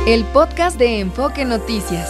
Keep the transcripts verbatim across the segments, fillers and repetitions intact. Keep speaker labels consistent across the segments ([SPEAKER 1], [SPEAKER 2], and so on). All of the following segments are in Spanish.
[SPEAKER 1] El podcast de Enfoque Noticias.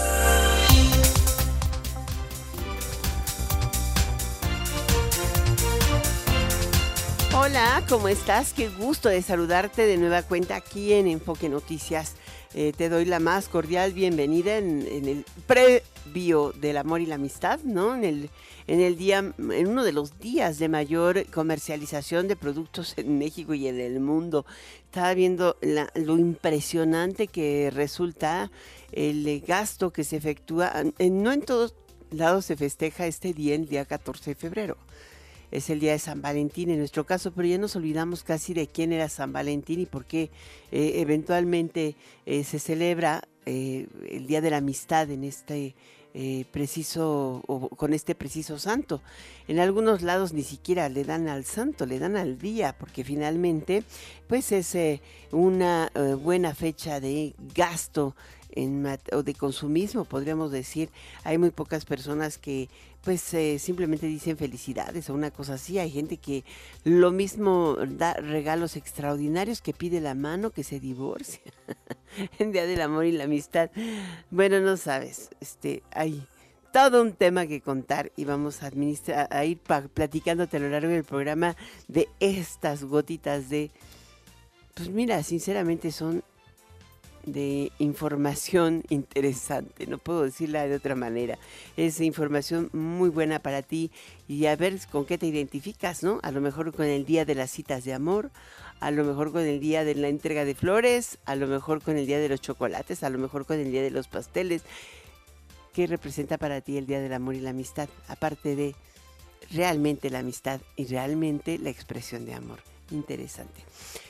[SPEAKER 2] Hola, ¿cómo estás? Qué gusto de saludarte de nueva cuenta aquí en Enfoque Noticias. Eh, te doy la más cordial bienvenida en, en el previo del amor y la amistad, ¿no? En el, en el día, en uno de los días de mayor comercialización de productos en México y en el mundo. Estaba viendo la, lo impresionante que resulta el gasto que se efectúa. En, no en todos lados se festeja este día, el día catorce de febrero. Es el día de San Valentín en nuestro caso, pero ya nos olvidamos casi de quién era San Valentín y por qué eh, eventualmente eh, se celebra eh, el Día de la Amistad en este eh, preciso, o con este preciso santo. En algunos lados ni siquiera le dan al santo, le dan al día, porque finalmente pues es eh, una eh, buena fecha de gasto en o de consumismo, podríamos decir. Hay muy pocas personas que pues eh, simplemente dicen felicidades o una cosa así. Hay gente que lo mismo da regalos extraordinarios, que pide la mano, que se divorcia en Día del Amor y la Amistad. Bueno, no sabes, este, hay todo un tema que contar y vamos a, administrar, a ir pa- platicándote a lo largo del programa de estas gotitas de, pues mira, sinceramente son de información interesante, no puedo decirla de otra manera. Es información muy buena para ti y a ver con qué te identificas, ¿no? A lo mejor con el día de las citas de amor, a lo mejor con el día de la entrega de flores, a lo mejor con el día de los chocolates, a lo mejor con el día de los pasteles. ¿Qué representa para ti el día del amor y la amistad? Aparte de realmente la amistad y realmente la expresión de amor. Interesante.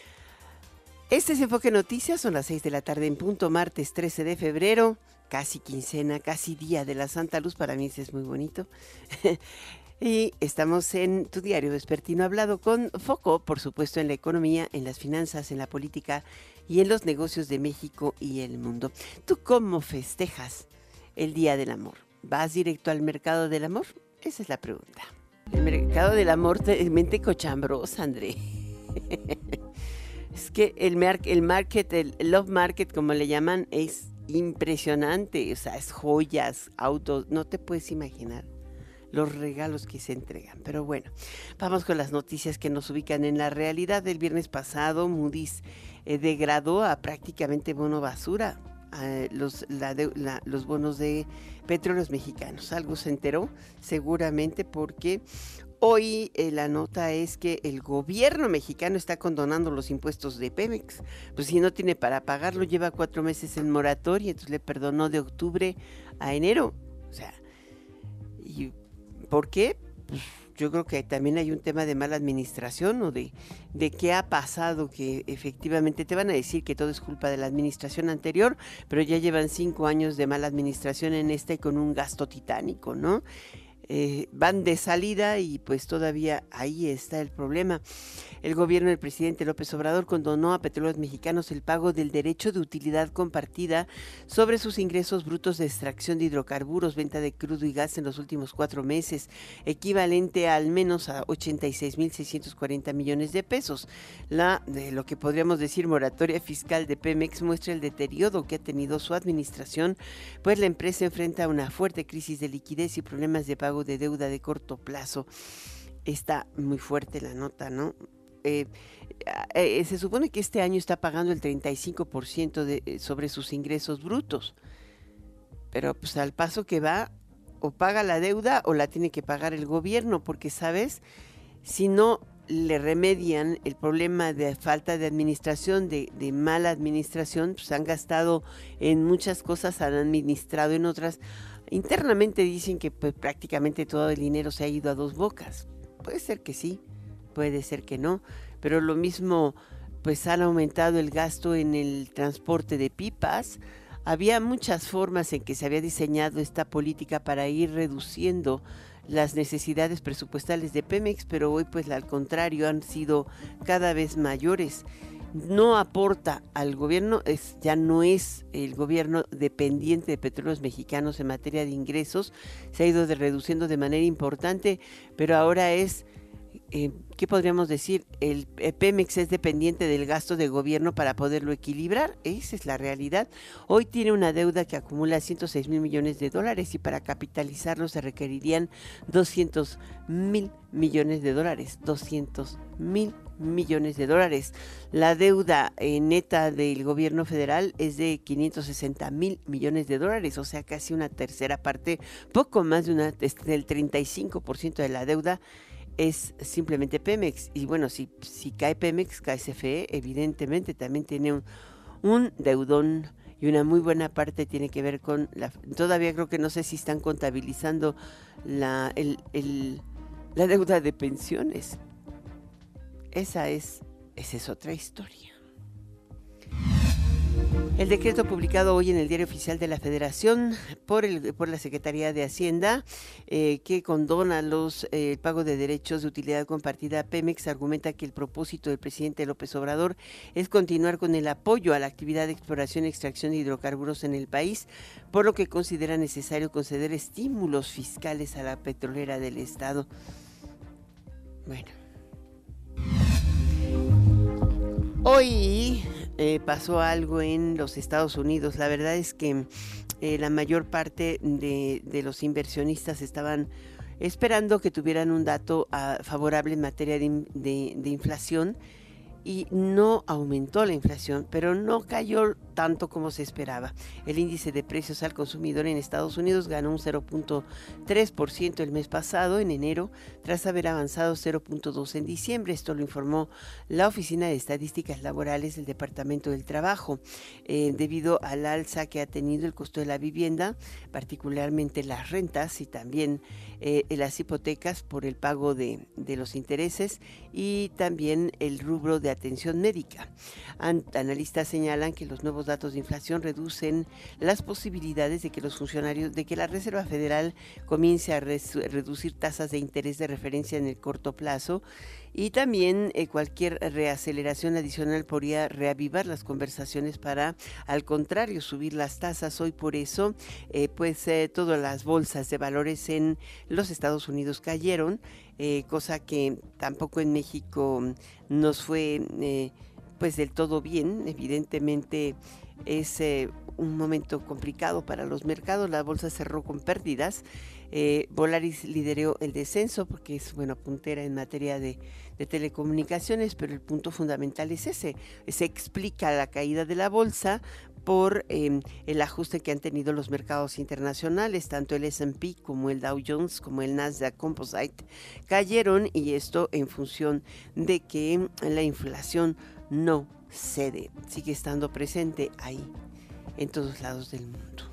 [SPEAKER 2] Este es Enfoque Noticias, son las seis de la tarde en punto, martes trece de febrero, casi quincena, casi día de la Santa Luz, para mí este es muy bonito. Y estamos en tu diario vespertino hablado con foco, por supuesto, en la economía, en las finanzas, en la política y en los negocios de México y el mundo. ¿Tú cómo festejas el Día del Amor? ¿Vas directo al mercado del amor? Esa es la pregunta. El mercado del amor te mente cochambrosa, André. Es que el, mar- el market, el love market, como le llaman, es impresionante. O sea, es joyas, autos, no te puedes imaginar los regalos que se entregan. Pero bueno, vamos con las noticias que nos ubican en la realidad. Del viernes pasado, Moody's eh, degradó a prácticamente bono basura a los, la de, la, los bonos de petróleos mexicanos. Algo se enteró seguramente porque hoy eh, la nota es que el gobierno mexicano está condonando los impuestos de Pemex. Pues si no tiene para pagarlo, lleva cuatro meses en moratoria, entonces le perdonó de octubre a enero. O sea, ¿y por qué? Pues yo creo que también hay un tema de mala administración o de, de qué ha pasado, que efectivamente te van a decir que todo es culpa de la administración anterior, pero ya llevan cinco años de mala administración en esta y con un gasto titánico, ¿no? Eh, van de salida y pues todavía ahí está el problema. El gobierno del presidente López Obrador condonó a Petróleos Mexicanos el pago del derecho de utilidad compartida sobre sus ingresos brutos de extracción de hidrocarburos, venta de crudo y gas en los últimos cuatro meses, equivalente a al menos a ochenta y seis mil seiscientos cuarenta millones de pesos. La, de lo que podríamos decir, moratoria fiscal de Pemex muestra el deterioro que ha tenido su administración, pues la empresa enfrenta una fuerte crisis de liquidez y problemas de pago de deuda de corto plazo. Está muy fuerte la nota, ¿no? Eh, eh, se supone que este año está pagando el treinta y cinco por ciento de, eh, sobre sus ingresos brutos, pero pues al paso que va, o paga la deuda o la tiene que pagar el gobierno, porque sabes, si no le remedian el problema de falta de administración, de, de mala administración, pues han gastado en muchas cosas, han administrado en otras. Internamente dicen que pues, prácticamente todo el dinero se ha ido a dos bocas. Puede ser que sí, puede ser que no, pero lo mismo, pues han aumentado el gasto en el transporte de pipas. Había muchas formas en que se había diseñado esta política para ir reduciendo las necesidades presupuestales de Pemex, pero hoy pues al contrario han sido cada vez mayores. No aporta al gobierno, es, ya no es el gobierno dependiente de Petróleos Mexicanos en materia de ingresos, se ha ido de, reduciendo de manera importante, pero ahora es eh, ¿qué podríamos decir? El eh, Pemex es dependiente del gasto de gobierno para poderlo equilibrar, esa es la realidad. Hoy tiene una deuda que acumula ciento seis mil millones de dólares y para capitalizarlo se requerirían doscientos mil millones de dólares, doscientos mil millones de dólares. La deuda eh, neta del gobierno federal es de quinientos sesenta mil millones de dólares, o sea, casi una tercera parte, poco más de una, del treinta y cinco por ciento de la deuda es simplemente Pemex. Y bueno, si, si cae Pemex, cae C F E, evidentemente también tiene un, un deudón y una muy buena parte tiene que ver con la... Todavía creo que no sé si están contabilizando la, el, el, la deuda de pensiones. Esa es, esa es otra historia. El decreto publicado hoy en el Diario Oficial de la Federación por, el, por la Secretaría de Hacienda, eh, que condona los, eh, el pago de derechos de utilidad compartida a Pemex, argumenta que el propósito del presidente López Obrador es continuar con el apoyo a la actividad de exploración y extracción de hidrocarburos en el país, por lo que considera necesario conceder estímulos fiscales a la petrolera del Estado. Bueno. Hoy eh, pasó algo en los Estados Unidos. La verdad es que eh, la mayor parte de, de los inversionistas estaban esperando que tuvieran un dato uh, favorable en materia de, de, de inflación, y no aumentó la inflación, pero no cayó tanto como se esperaba. El índice de precios al consumidor en Estados Unidos ganó un cero punto tres por ciento el mes pasado, en enero, tras haber avanzado cero punto dos por ciento en diciembre. Esto lo informó la Oficina de Estadísticas Laborales del Departamento del Trabajo, eh, debido al alza que ha tenido el costo de la vivienda, particularmente las rentas y también eh, las hipotecas por el pago de, de los intereses, y también el rubro de atención médica. Analistas señalan que los nuevos datos de inflación reducen las posibilidades de que los funcionarios, de que la Reserva Federal comience a res, reducir tasas de interés de referencia en el corto plazo, y también eh, cualquier reaceleración adicional podría reavivar las conversaciones para, al contrario, subir las tasas. Hoy por eso, eh, pues eh, todas las bolsas de valores en los Estados Unidos cayeron, eh, cosa que tampoco en México nos fue eh, pues del todo bien. Evidentemente es eh, un momento complicado para los mercados. La bolsa cerró con pérdidas. Eh, Volaris lideró el descenso porque es, bueno, puntera en materia de, de telecomunicaciones, pero el punto fundamental es ese. Se explica la caída de la bolsa por eh, el ajuste que han tenido los mercados internacionales. Tanto el ese and pe como el Dow Jones como el Nasdaq Composite cayeron, y esto en función de que la inflación no cede, sigue estando presente ahí en todos lados del mundo.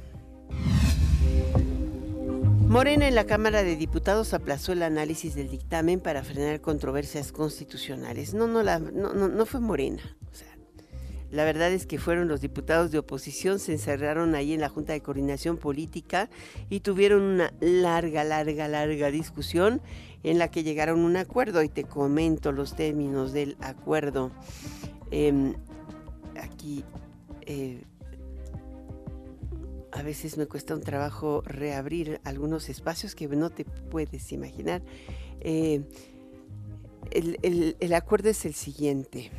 [SPEAKER 2] Morena en la Cámara de Diputados aplazó el análisis del dictamen para frenar controversias constitucionales. No, no, la, no, no, no fue Morena. O sea, la verdad es que fueron los diputados de oposición, se encerraron ahí en la Junta de Coordinación Política y tuvieron una larga, larga, larga discusión en la que llegaron a un acuerdo, y te comento los términos del acuerdo. Eh, aquí... Eh, A veces me cuesta un trabajo reabrir algunos espacios que no te puedes imaginar. Eh, el, el, el acuerdo es el siguiente.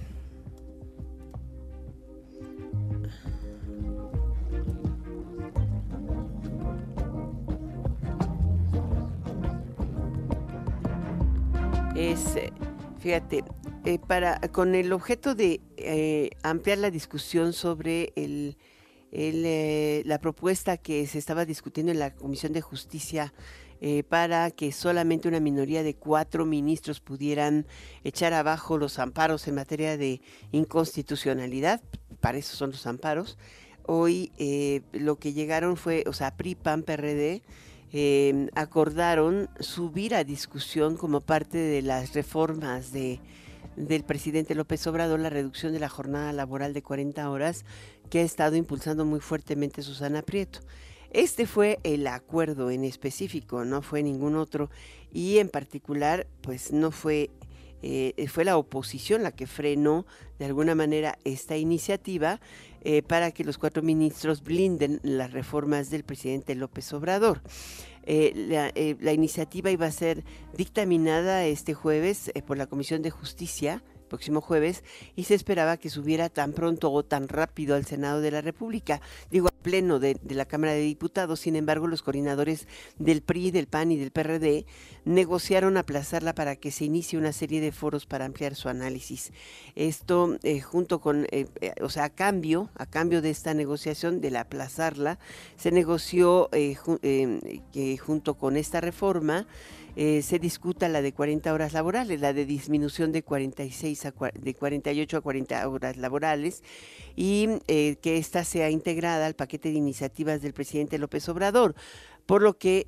[SPEAKER 2] Es, fíjate, eh, para, con el objeto de eh, ampliar la discusión sobre el... El, eh, la propuesta que se estaba discutiendo en la Comisión de Justicia eh, para que solamente una minoría de cuatro ministros pudieran echar abajo los amparos en materia de inconstitucionalidad. Para eso son los amparos. Hoy eh, lo que llegaron fue, o sea, P R I, P A N, P R D, eh, acordaron subir a discusión como parte de las reformas de del presidente López Obrador la reducción de la jornada laboral de cuarenta horas que ha estado impulsando muy fuertemente Susana Prieto. Este fue el acuerdo en específico, no fue ningún otro, y en particular pues no fue, eh, fue la oposición la que frenó de alguna manera esta iniciativa eh, para que los cuatro ministros blinden las reformas del presidente López Obrador. Eh, la, eh, la iniciativa iba a ser dictaminada este jueves eh, por la Comisión de Justicia, próximo jueves, y se esperaba que subiera tan pronto o tan rápido al Senado de la República, digo, al Pleno de, de la Cámara de Diputados. Sin embargo, los coordinadores del P R I, del P A N y del P R D negociaron aplazarla para que se inicie una serie de foros para ampliar su análisis. Esto eh, junto con, eh, eh, o sea, a cambio, a cambio de esta negociación, de la aplazarla, se negoció eh, ju eh, que junto con esta reforma Eh, se discuta la de cuarenta horas laborales, la de disminución de cuarenta y seis a, de cuarenta y ocho a cuarenta horas laborales, y eh, que ésta sea integrada al paquete de iniciativas del presidente López Obrador, por lo que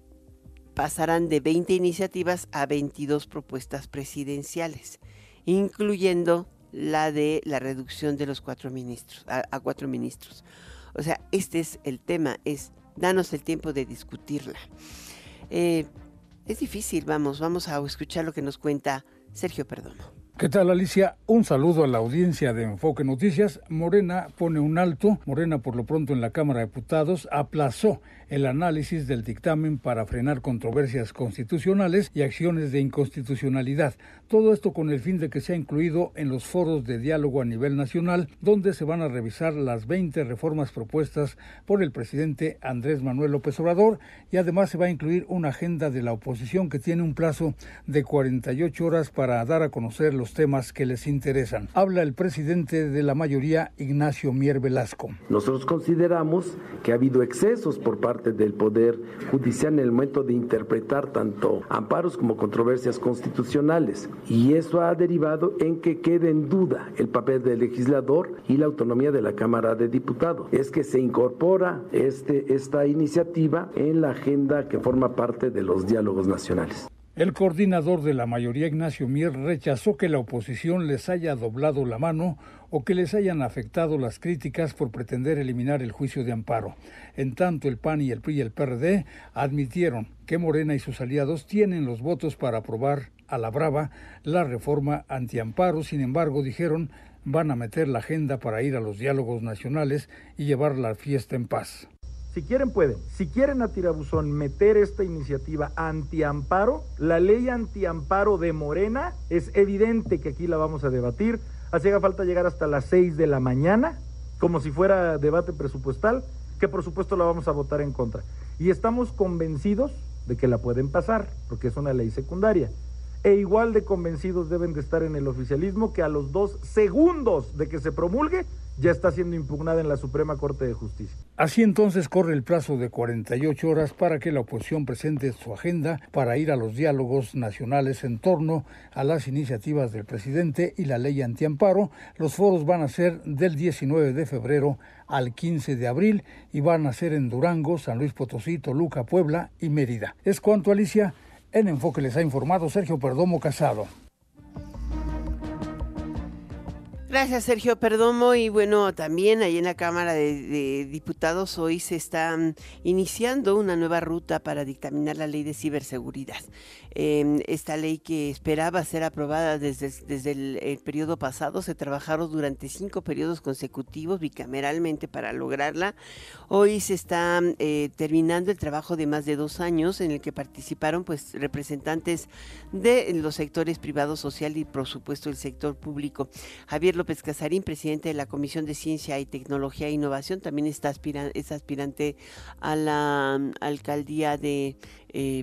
[SPEAKER 2] pasarán de veinte iniciativas a veintidós propuestas presidenciales, incluyendo la de la reducción de los cuatro ministros, a, a cuatro ministros. O sea, este es el tema, es danos el tiempo de discutirla. Eh, Es difícil, vamos, vamos a escuchar lo que nos cuenta Sergio Perdomo.
[SPEAKER 3] ¿Qué tal, Alicia? Un saludo a la audiencia de Enfoque Noticias. Morena pone un alto. Morena, por lo pronto, en la Cámara de Diputados aplazó el análisis del dictamen para frenar controversias constitucionales y acciones de inconstitucionalidad. Todo esto con el fin de que sea incluido en los foros de diálogo a nivel nacional, donde se van a revisar las veinte reformas propuestas por el presidente Andrés Manuel López Obrador, y además se va a incluir una agenda de la oposición que tiene un plazo de cuarenta y ocho horas para dar a conocer los temas que les interesan. Habla el presidente de la mayoría, Ignacio Mier Velasco.
[SPEAKER 4] Nosotros consideramos que ha habido excesos por parte del Poder Judicial en el momento de interpretar tanto amparos como controversias constitucionales, y eso ha derivado en que quede en duda el papel del legislador y la autonomía de la Cámara de Diputados. Es que se incorpora este, esta iniciativa en la agenda que forma parte de los diálogos nacionales.
[SPEAKER 3] El coordinador de la mayoría, Ignacio Mier, rechazó que la oposición les haya doblado la mano o que les hayan afectado las críticas por pretender eliminar el juicio de amparo. En tanto, el P A N y el P R I y el P R D admitieron que Morena y sus aliados tienen los votos para aprobar a la brava la reforma antiamparo. Sin embargo, dijeron, van a meter la agenda para ir a los diálogos nacionales y llevar la fiesta en paz.
[SPEAKER 5] Si quieren, pueden. Si quieren a tirabuzón meter esta iniciativa antiamparo, la ley antiamparo de Morena, es evidente que aquí la vamos a debatir. Hacía falta llegar hasta las seis de la mañana, como si fuera debate presupuestal, que por supuesto la vamos a votar en contra. Y estamos convencidos de que la pueden pasar, porque es una ley secundaria. E igual de convencidos deben de estar en el oficialismo que a los dos segundos de que se promulgue, ya está siendo impugnada en la Suprema Corte de Justicia.
[SPEAKER 3] Así entonces corre el plazo de cuarenta y ocho horas para que la oposición presente su agenda para ir a los diálogos nacionales en torno a las iniciativas del presidente y la ley antiamparo. Los foros van a ser del diecinueve de febrero al quince de abril y van a ser en Durango, San Luis Potosí, Toluca, Puebla y Mérida. Es cuanto, Alicia. En Enfoque les ha informado Sergio Perdomo Casado.
[SPEAKER 2] Gracias, Sergio Perdomo. Y bueno, también ahí en la Cámara de, de Diputados hoy se está um, iniciando una nueva ruta para dictaminar la ley de ciberseguridad. Eh, esta ley, que esperaba ser aprobada desde, desde el, el periodo pasado, se trabajaron durante cinco periodos consecutivos bicameralmente para lograrla. Hoy se está eh, terminando el trabajo de más de dos años en el que participaron pues representantes de los sectores privado, social y por supuesto el sector público. Javier López Casarín, presidente de la Comisión de Ciencia y Tecnología e Innovación, también está aspiran, es aspirante a la um, alcaldía de... Eh,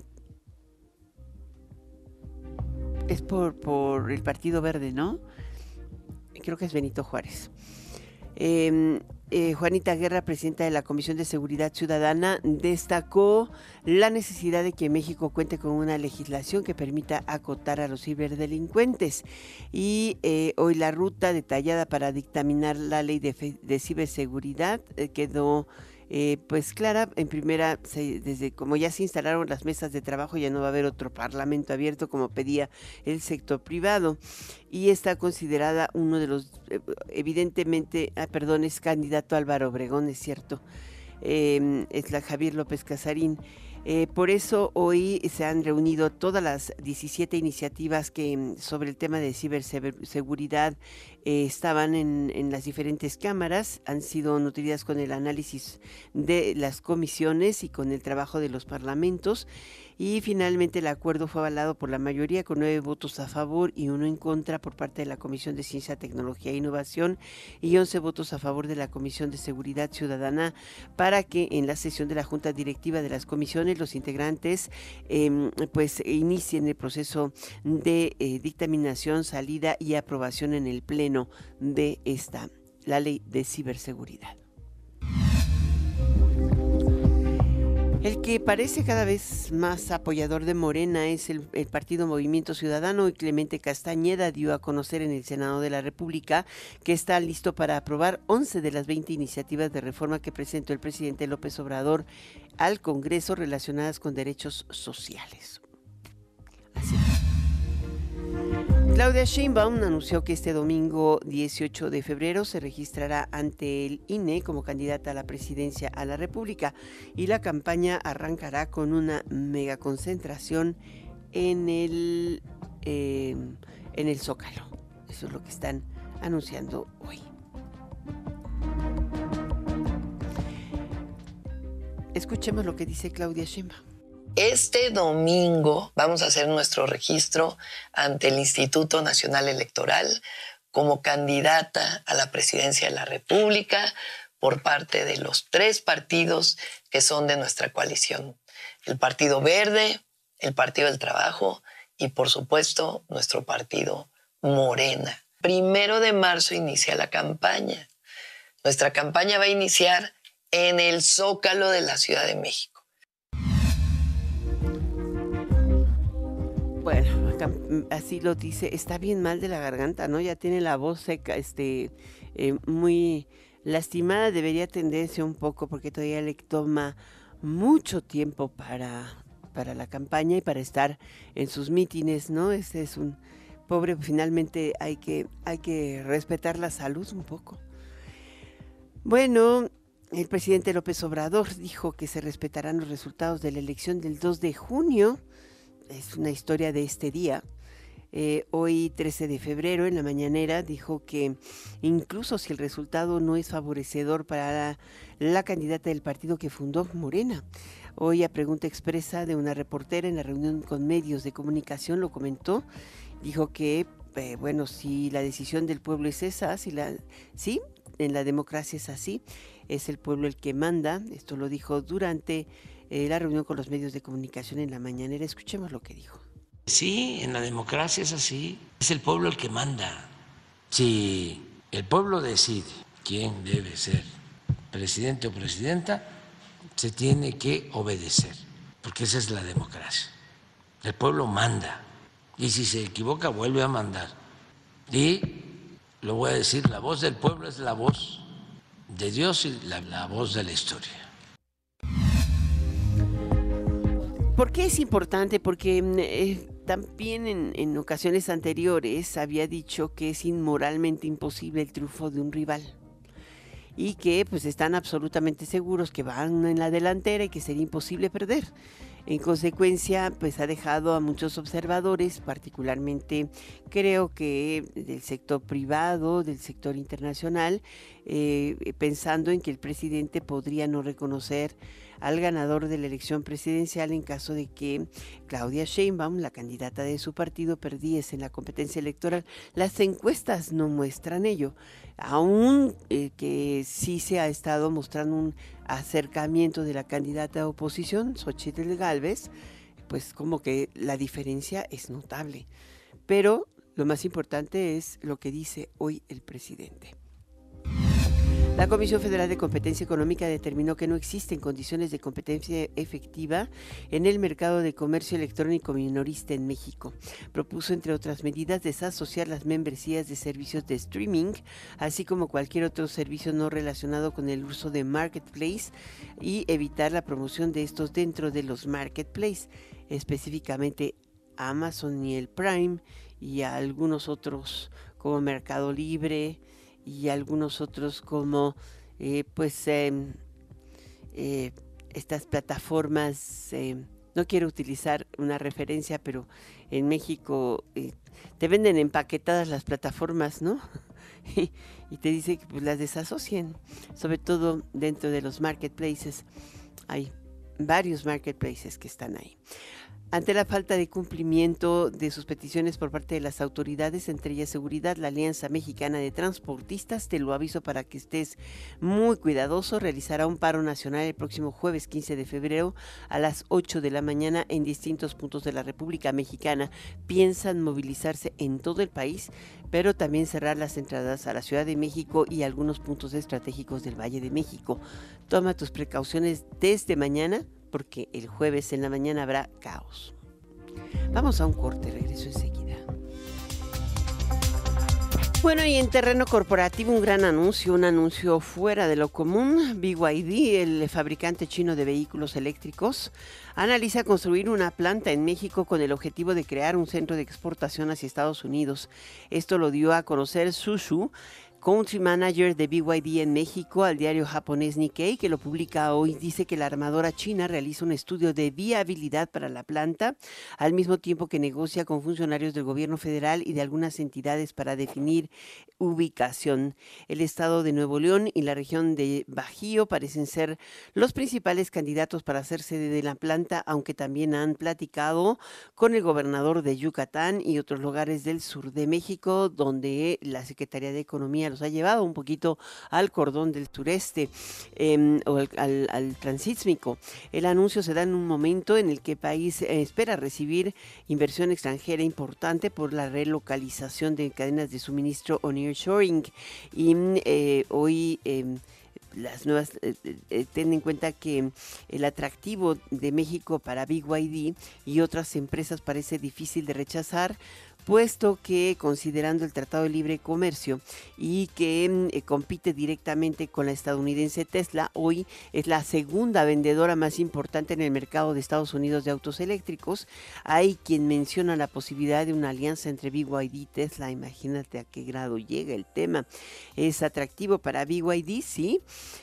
[SPEAKER 2] es por, por el Partido Verde, ¿no? Creo que es Benito Juárez. Eh, eh, Juanita Guerra, presidenta de la Comisión de Seguridad Ciudadana, destacó la necesidad de que México cuente con una legislación que permita acotar a los ciberdelincuentes. Y eh, hoy la ruta detallada para dictaminar la ley de, fe, de ciberseguridad eh, quedó eh, pues clara. En primera, se, desde como ya se instalaron las mesas de trabajo, ya no va a haber otro parlamento abierto como pedía el sector privado. Y está considerada uno de los, eh, evidentemente, ah, perdón, es candidato Álvaro Obregón, es cierto, eh, es la Javier López Casarín. Eh, por eso hoy se han reunido todas las diecisiete iniciativas que sobre el tema de ciberseguridad eh, estaban en, en las diferentes cámaras, han sido nutridas con el análisis de las comisiones y con el trabajo de los parlamentos, y finalmente el acuerdo fue avalado por la mayoría con nueve votos a favor y uno en contra por parte de la Comisión de Ciencia, Tecnología e Innovación y once votos a favor de la Comisión de Seguridad Ciudadana, para que en la sesión de la Junta Directiva de las comisiones los integrantes eh, pues inicien el proceso de eh, dictaminación, salida y aprobación en el pleno de esta, la ley de ciberseguridad. El que parece cada vez más apoyador de Morena es el, el partido Movimiento Ciudadano, y Clemente Castañeda dio a conocer en el Senado de la República que está listo para aprobar once de las veinte iniciativas de reforma que presentó el presidente López Obrador al Congreso relacionadas con derechos sociales. Así. Claudia Sheinbaum anunció que este domingo dieciocho de febrero se registrará ante el I N E como candidata a la presidencia a la República, y la campaña arrancará con una mega concentración en el, eh, en el Zócalo. Eso es lo que están anunciando hoy. Escuchemos lo que dice Claudia Sheinbaum.
[SPEAKER 6] Este domingo vamos a hacer nuestro registro ante el Instituto Nacional Electoral como candidata a la presidencia de la República por parte de los tres partidos que son de nuestra coalición. El Partido Verde, el Partido del Trabajo y, por supuesto, nuestro partido Morena. Primero de marzo inicia la campaña. Nuestra campaña va a iniciar en el Zócalo de la Ciudad de México.
[SPEAKER 2] Bueno, acá, así lo dice, está bien mal de la garganta, ¿no? Ya tiene la voz seca, este, eh, muy lastimada, debería atenderse un poco porque todavía le toma mucho tiempo para, para la campaña y para estar en sus mítines, ¿no? Ese es un pobre, finalmente hay que, hay que respetar la salud un poco. Bueno, el presidente López Obrador dijo que se respetarán los resultados de la elección del dos de junio. Es una historia de este día. Eh, hoy, trece de febrero, en la mañanera, dijo que incluso si el resultado no es favorecedor para la, la candidata del partido que fundó, Morena. Hoy, a pregunta expresa de una reportera en la reunión con medios de comunicación, lo comentó. Dijo que, eh, bueno, si la decisión del pueblo es esa, si la, sí, en la democracia es así, es el pueblo el que manda. Esto lo dijo durante Eh, la reunión con los medios de comunicación en la mañanera. Escuchemos lo que dijo.
[SPEAKER 7] Sí, en la democracia es así. Es el pueblo el que manda. Si el pueblo decide quién debe ser presidente o presidenta, se tiene que obedecer, porque esa es la democracia. El pueblo manda. Y si se equivoca, vuelve a mandar. Y lo voy a decir, la voz del pueblo es la voz de Dios y la, la voz de la historia.
[SPEAKER 2] ¿Por qué es importante? Porque eh, también en, en ocasiones anteriores había dicho que es inmoralmente imposible el triunfo de un rival y que pues están absolutamente seguros que van en la delantera y que sería imposible perder. En consecuencia, pues ha dejado a muchos observadores, particularmente creo que del sector privado, del sector internacional, eh, pensando en que el presidente podría no reconocer al ganador de la elección presidencial en caso de que Claudia Sheinbaum, la candidata de su partido, perdiese en la competencia electoral. Las encuestas no muestran ello, aún eh, que sí se ha estado mostrando un acercamiento de la candidata de oposición, Xochitl Gálvez, pues como que la diferencia es notable. Pero lo más importante es lo que dice hoy el presidente. La Comisión Federal de Competencia Económica determinó que no existen condiciones de competencia efectiva en el mercado de comercio electrónico minorista en México. Propuso, entre otras medidas, desasociar las membresías de servicios de streaming, así como cualquier otro servicio no relacionado con el uso de marketplace, y evitar la promoción de estos dentro de los marketplace, específicamente Amazon y el Prime, y a algunos otros como Mercado Libre, y algunos otros como eh, pues eh, eh, estas plataformas, eh, no quiero utilizar una referencia, pero en México eh, te venden empaquetadas las plataformas, ¿no? y, y te dice que pues, las desasocien, sobre todo dentro de los marketplaces. Hay varios marketplaces que están ahí. Ante la falta de cumplimiento de sus peticiones por parte de las autoridades, entre ellas seguridad, la Alianza Mexicana de Transportistas, te lo aviso para que estés muy cuidadoso, realizará un paro nacional el próximo jueves quince de febrero a las ocho de la mañana en distintos puntos de la República Mexicana. Piensan movilizarse en todo el país, pero también cerrar las entradas a la Ciudad de México y algunos puntos estratégicos del Valle de México. Toma tus precauciones desde mañana, porque el jueves en la mañana habrá caos. Vamos a un corte, regreso enseguida. Bueno, y en terreno corporativo un gran anuncio, un anuncio fuera de lo común. B Y D, el fabricante chino de vehículos eléctricos, analiza construir una planta en México con el objetivo de crear un centro de exportación hacia Estados Unidos. Esto lo dio a conocer Sushu, Country Manager de B Y D en México, al diario japonés Nikkei, que lo publica hoy. Dice que la armadora china realiza un estudio de viabilidad para la planta, al mismo tiempo que negocia con funcionarios del gobierno federal y de algunas entidades para definir ubicación. El estado de Nuevo León y la región de Bajío parecen ser los principales candidatos para hacer sede de la planta, aunque también han platicado con el gobernador de Yucatán y otros lugares del sur de México, donde la Secretaría de Economía los ha llevado un poquito al cordón del sureste eh, o al, al, al transísmico. El anuncio se da en un momento en el que el país eh, espera recibir inversión extranjera importante por la relocalización de cadenas de suministro o nearshoring. Y eh, hoy eh, las nuevas, eh, eh, ten en cuenta que el atractivo de México para B Y D y otras empresas parece difícil de rechazar, puesto que considerando el Tratado de Libre Comercio y que eh, compite directamente con la estadounidense Tesla, hoy es la segunda vendedora más importante en el mercado de Estados Unidos de autos eléctricos. Hay quien menciona la posibilidad de una alianza entre B Y D y Tesla. Imagínate a qué grado llega el tema. Es atractivo para B Y D, sí.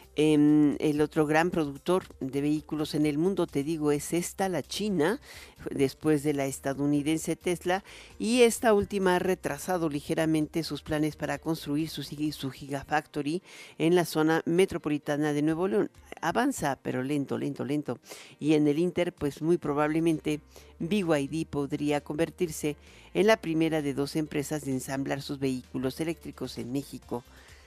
[SPEAKER 2] Eh, el otro gran productor de vehículos en el mundo, te digo, es esta, la China, después de la estadounidense Tesla, y esta última ha retrasado ligeramente sus planes para construir su, su Gigafactory en la zona metropolitana de Nuevo León. Avanza, pero lento, lento, lento. Y en el Inter, pues muy probablemente B Y D podría convertirse en la primera de dos empresas de ensamblar sus vehículos eléctricos en México.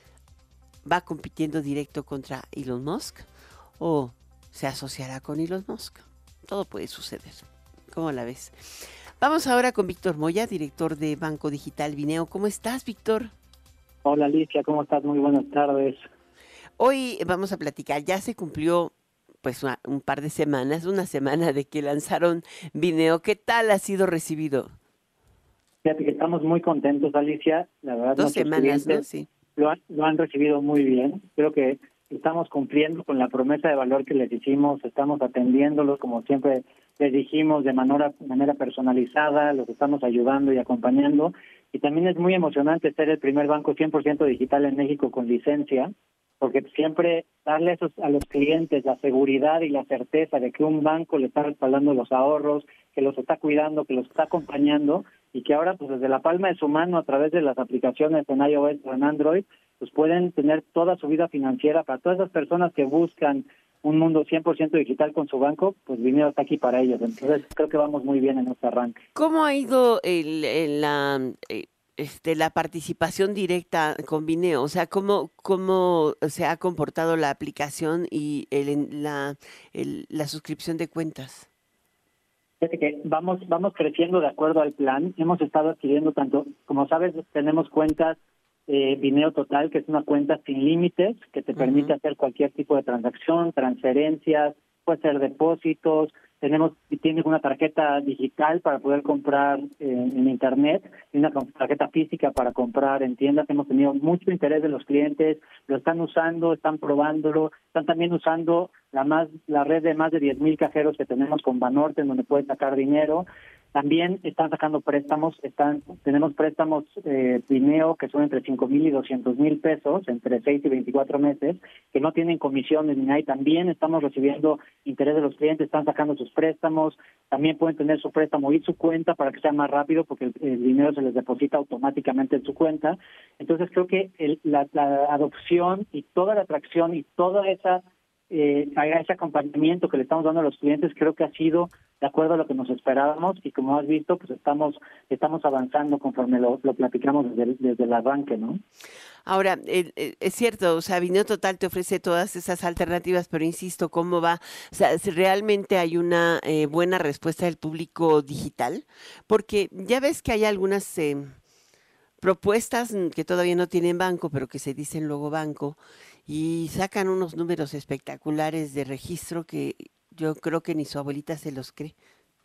[SPEAKER 2] ¿Va compitiendo directo contra Elon Musk o se asociará con Elon Musk? Todo puede suceder. ¿Cómo la ves? Vamos ahora con Víctor Moya, director de Banco Digital Bineo. ¿Cómo estás, Víctor?
[SPEAKER 8] Hola, Alicia, ¿cómo estás? Muy buenas tardes.
[SPEAKER 2] Hoy vamos a platicar, ya se cumplió pues una, un par de semanas, una semana de que lanzaron Bineo. ¿Qué tal ha sido recibido?
[SPEAKER 8] Fíjate que estamos muy contentos, Alicia. La verdad,
[SPEAKER 2] Dos semanas, ¿no? Sí.
[SPEAKER 8] Lo han, lo han recibido muy bien. Creo que estamos cumpliendo con la promesa de valor que les hicimos, estamos atendiéndolos como siempre les dijimos de manera, manera personalizada, los estamos ayudando y acompañando. Y también es muy emocionante ser el primer banco cien por ciento digital en México con licencia, porque siempre darle a, esos, a los clientes la seguridad y la certeza de que un banco le está respaldando los ahorros, que los está cuidando, que los está acompañando, y que ahora pues desde la palma de su mano a través de las aplicaciones en iOS o en Android, pues pueden tener toda su vida financiera. Para todas esas personas que buscan un mundo cien por ciento digital con su banco, pues Bineo está aquí para ellos. Entonces creo que vamos muy bien en este arranque.
[SPEAKER 2] ¿Cómo ha ido el, el, la, este, la participación directa con Bineo? O sea, ¿cómo, cómo se ha comportado la aplicación y el, la, el, la suscripción de cuentas?
[SPEAKER 8] Fíjate que vamos vamos creciendo de acuerdo al plan. Hemos estado adquiriendo tanto, como sabes, tenemos cuentas eh, Bineo Total, que es una cuenta sin límites, que te uh-huh. permite hacer cualquier tipo de transacción, transferencias, puede ser depósitos. Tenemos, tienes una tarjeta digital para poder comprar eh, en internet y una tarjeta física para comprar en tiendas. Hemos tenido mucho interés de los clientes, lo están usando, están probándolo, están también usando la más la red de más de diez mil cajeros que tenemos con Banorte, en donde puedes sacar dinero. También están sacando préstamos, están tenemos préstamos eh, Bineo que son entre cinco mil y doscientos mil pesos, entre seis y veinticuatro meses, que no tienen comisiones ni nada, y también estamos recibiendo interés de los clientes, están sacando sus préstamos, también pueden tener su préstamo y su cuenta para que sea más rápido, porque el, el dinero se les deposita automáticamente en su cuenta. Entonces creo que el, la, la adopción y toda la atracción y toda esa Eh, ese acompañamiento que le estamos dando a los clientes creo que ha sido de acuerdo a lo que nos esperábamos, y como has visto, pues estamos estamos avanzando conforme lo, lo platicamos desde el, desde el arranque, ¿no?
[SPEAKER 2] Ahora, eh, eh, es cierto, o sea, Bineo Total te ofrece todas esas alternativas, pero insisto, ¿cómo va? O sea, si realmente hay una eh, buena respuesta del público digital, porque ya ves que hay algunas eh, propuestas que todavía no tienen banco, pero que se dicen luego banco, y sacan unos números espectaculares de registro que yo creo que ni su abuelita se los cree.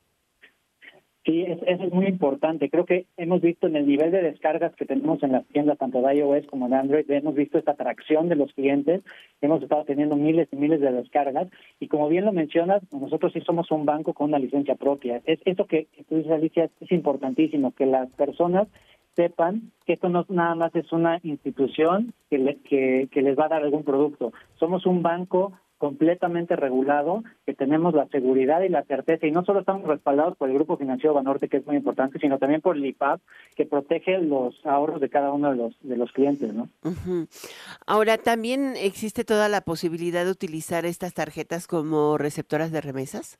[SPEAKER 8] Sí, es, eso es muy importante. Creo que hemos visto en el nivel de descargas que tenemos en las tiendas, tanto de iOS como de Android, hemos visto esta atracción de los clientes, hemos estado teniendo miles y miles de descargas, y como bien lo mencionas, nosotros sí somos un banco con una licencia propia. Es eso que tú dices, Alicia, es importantísimo, que las personas sepan que esto no nada más es una institución que, le, que, que les va a dar algún producto. Somos un banco completamente regulado, que tenemos la seguridad y la certeza, y no solo estamos respaldados por el Grupo Financiero Banorte, que es muy importante, sino también por el I P A B, que protege los ahorros de cada uno de los de los clientes, ¿no?
[SPEAKER 2] Uh-huh. Ahora, ¿también existe toda la posibilidad de utilizar estas tarjetas como receptoras de remesas?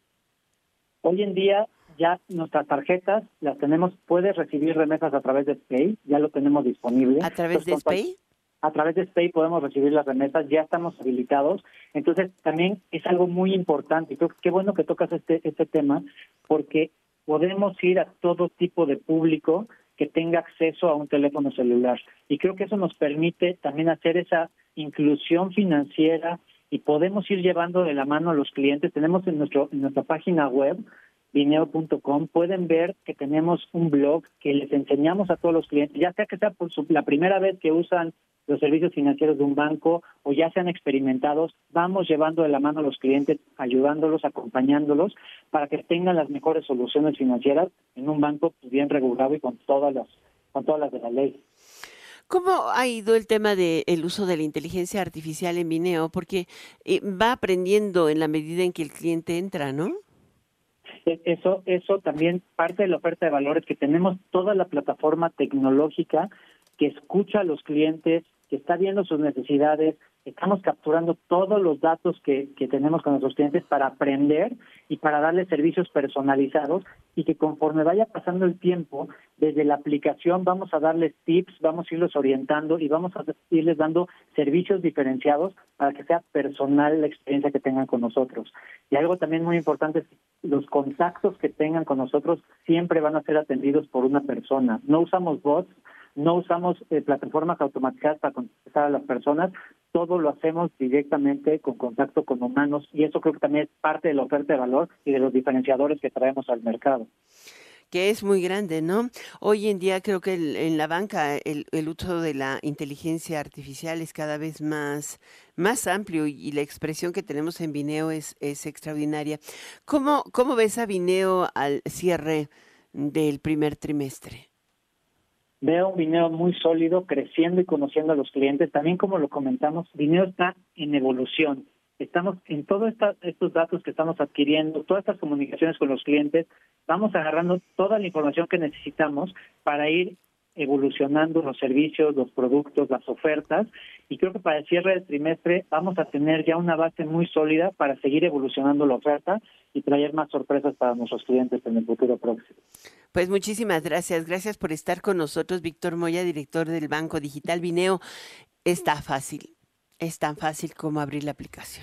[SPEAKER 8] Hoy en día ya nuestras tarjetas las tenemos, puedes recibir remesas a través de SPAY, ya lo tenemos disponible.
[SPEAKER 2] ¿A través de SPAY?
[SPEAKER 8] A través de SPAY podemos recibir las remesas, ya estamos habilitados. Entonces, también es algo muy importante. Creo que qué bueno que tocas este, este tema, porque podemos ir a todo tipo de público que tenga acceso a un teléfono celular. Y creo que eso nos permite también hacer esa inclusión financiera, y podemos ir llevando de la mano a los clientes. Tenemos en, nuestro, en nuestra página web, bineo punto com, pueden ver que tenemos un blog que les enseñamos a todos los clientes, ya sea que sea por su, la primera vez que usan los servicios financieros de un banco o ya sean experimentados, vamos llevando de la mano a los clientes, ayudándolos, acompañándolos para que tengan las mejores soluciones financieras en un banco bien regulado y con todas las, con todas las de la ley.
[SPEAKER 2] ¿Cómo ha ido el tema del uso de la inteligencia artificial en Bineo? Porque eh, va aprendiendo en la medida en que el cliente entra, ¿no?
[SPEAKER 8] Eso, eso también parte de la oferta de valores, que tenemos toda la plataforma tecnológica que escucha a los clientes, que está viendo sus necesidades. Estamos capturando todos los datos que, que tenemos con nuestros clientes para aprender y para darles servicios personalizados, y que conforme vaya pasando el tiempo, desde la aplicación vamos a darles tips, vamos a irlos orientando y vamos a irles dando servicios diferenciados para que sea personal la experiencia que tengan con nosotros. Y algo también muy importante es que los contactos que tengan con nosotros siempre van a ser atendidos por una persona. No usamos bots, no usamos eh, plataformas automatizadas para contactar a las personas, todo lo hacemos directamente con contacto con humanos, y eso creo que también es parte de la oferta de valor y de los diferenciadores que traemos al mercado.
[SPEAKER 2] Que es muy grande, ¿no? Hoy en día creo que el, en la banca el, el uso de la inteligencia artificial es cada vez más, más amplio, y, y la expresión que tenemos en Bineo es, es extraordinaria. ¿Cómo, cómo ves a Bineo al cierre del primer trimestre?
[SPEAKER 8] Veo un Bineo muy sólido, creciendo y conociendo a los clientes. También, como lo comentamos, Bineo está en evolución. Estamos en todos esta, estos datos que estamos adquiriendo, todas estas comunicaciones con los clientes, vamos agarrando toda la información que necesitamos para ir evolucionando los servicios, los productos, las ofertas, y creo que para el cierre del trimestre vamos a tener ya una base muy sólida para seguir evolucionando la oferta y traer más sorpresas para nuestros clientes en el futuro próximo.
[SPEAKER 2] Pues muchísimas gracias, gracias por estar con nosotros, Víctor Moya, director del Banco Digital Bineo. Está fácil, es tan fácil como abrir la aplicación.